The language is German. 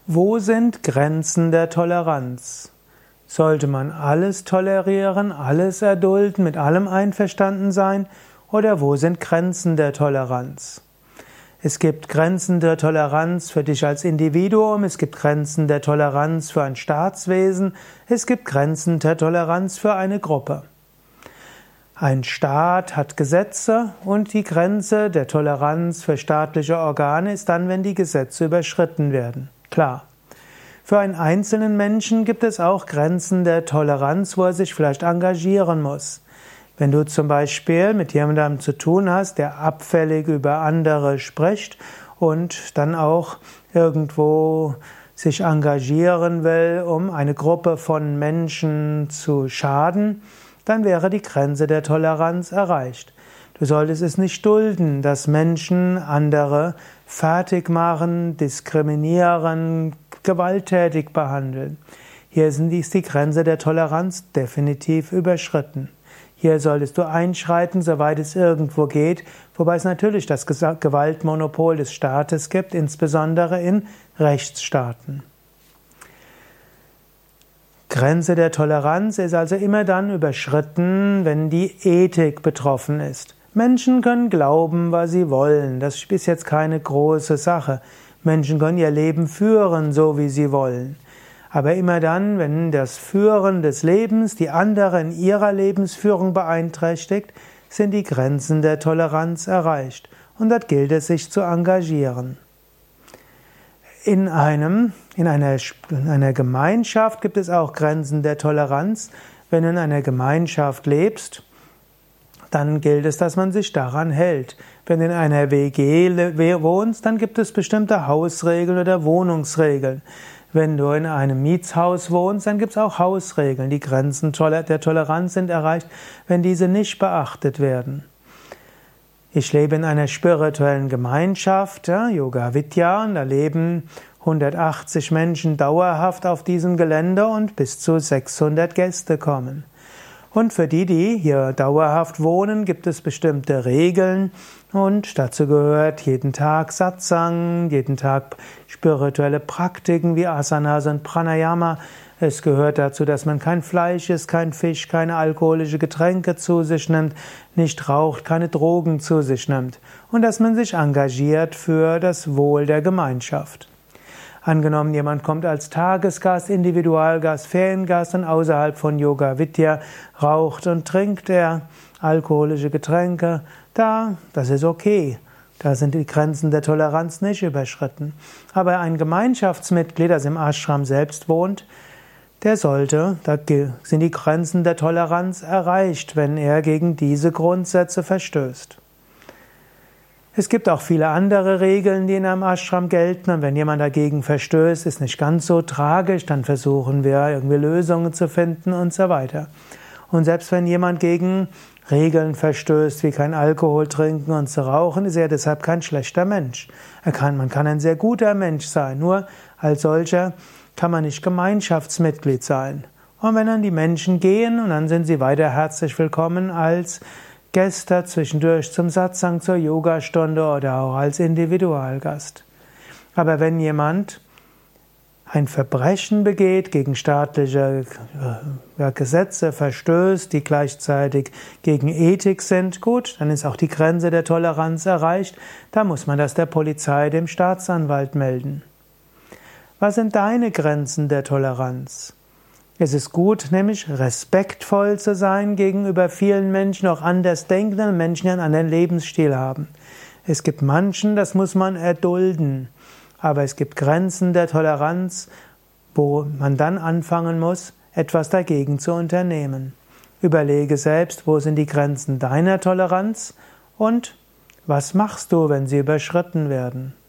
Wo sind Grenzen der Toleranz? Sollte man alles tolerieren, alles erdulden, mit allem einverstanden sein? Oder wo sind Grenzen der Toleranz? Es gibt Grenzen der Toleranz für dich als Individuum, es gibt Grenzen der Toleranz für ein Staatswesen, es gibt Grenzen der Toleranz für eine Gruppe. Ein Staat hat Gesetze und die Grenze der Toleranz für staatliche Organe ist dann, wenn die Gesetze überschritten werden. Klar. Für einen einzelnen Menschen gibt es auch Grenzen der Toleranz, wo er sich vielleicht engagieren muss. Wenn du zum Beispiel mit jemandem zu tun hast, der abfällig über andere spricht und dann auch irgendwo sich engagieren will, um eine Gruppe von Menschen zu schaden, dann wäre die Grenze der Toleranz erreicht. Du solltest es nicht dulden, dass Menschen andere fertig machen, diskriminieren, gewalttätig behandeln. Hier ist die Grenze der Toleranz definitiv überschritten. Hier solltest du einschreiten, soweit es irgendwo geht, wobei es natürlich das Gewaltmonopol des Staates gibt, insbesondere in Rechtsstaaten. Grenze der Toleranz ist also immer dann überschritten, wenn die Ethik betroffen ist. Menschen können glauben, was sie wollen. Das ist jetzt keine große Sache. Menschen können ihr Leben führen, so wie sie wollen. Aber immer dann, wenn das Führen des Lebens die anderen in ihrer Lebensführung beeinträchtigt, sind die Grenzen der Toleranz erreicht. Und dort gilt es, sich zu engagieren. In einer Gemeinschaft gibt es auch Grenzen der Toleranz. Wenn du in einer Gemeinschaft lebst, dann gilt es, dass man sich daran hält. Wenn du in einer WG wohnst, dann gibt es bestimmte Hausregeln oder Wohnungsregeln. Wenn du in einem Mietshaus wohnst, dann gibt es auch Hausregeln. Die Grenzen der Toleranz sind erreicht, wenn diese nicht beachtet werden. Ich lebe in einer spirituellen Gemeinschaft, Yoga Vidya, und da leben 180 Menschen dauerhaft auf diesem Gelände und bis zu 600 Gäste kommen. Und für die hier dauerhaft wohnen, gibt es bestimmte Regeln und dazu gehört jeden Tag Satsang, jeden Tag spirituelle Praktiken wie Asanas und Pranayama. Es gehört dazu, dass man kein Fleisch isst, kein Fisch, keine alkoholische Getränke zu sich nimmt, nicht raucht, keine Drogen zu sich nimmt und dass man sich engagiert für das Wohl der Gemeinschaft. Angenommen, jemand kommt als Tagesgast, Individualgast, Feriengast und außerhalb von Yoga Vidya raucht und trinkt er alkoholische Getränke, das ist okay. Da sind die Grenzen der Toleranz nicht überschritten. Aber ein Gemeinschaftsmitglied, das im Ashram selbst wohnt, da sind die Grenzen der Toleranz erreicht, wenn er gegen diese Grundsätze verstößt. Es gibt auch viele andere Regeln, die in einem Ashram gelten, und wenn jemand dagegen verstößt, ist nicht ganz so tragisch, dann versuchen wir irgendwie Lösungen zu finden und so weiter. Und selbst wenn jemand gegen Regeln verstößt, wie kein Alkohol trinken und zu rauchen, ist er deshalb kein schlechter Mensch. Man kann ein sehr guter Mensch sein, nur als solcher kann man nicht Gemeinschaftsmitglied sein. Und wenn dann die Menschen gehen, und dann sind sie weiter herzlich willkommen als Gäste zwischendurch zum Satsang, zur Yogastunde oder auch als Individualgast. Aber wenn jemand ein Verbrechen begeht, gegen staatliche Gesetze verstößt, die gleichzeitig gegen Ethik sind, gut, dann ist auch die Grenze der Toleranz erreicht. Da muss man das der Polizei, dem Staatsanwalt melden. Was sind deine Grenzen der Toleranz? Es ist gut, nämlich respektvoll zu sein gegenüber vielen Menschen, auch andersdenkenden Menschen, die einen anderen Lebensstil haben. Es gibt manchen, das muss man erdulden. Aber es gibt Grenzen der Toleranz, wo man dann anfangen muss, etwas dagegen zu unternehmen. Überlege selbst, wo sind die Grenzen deiner Toleranz und was machst du, wenn sie überschritten werden?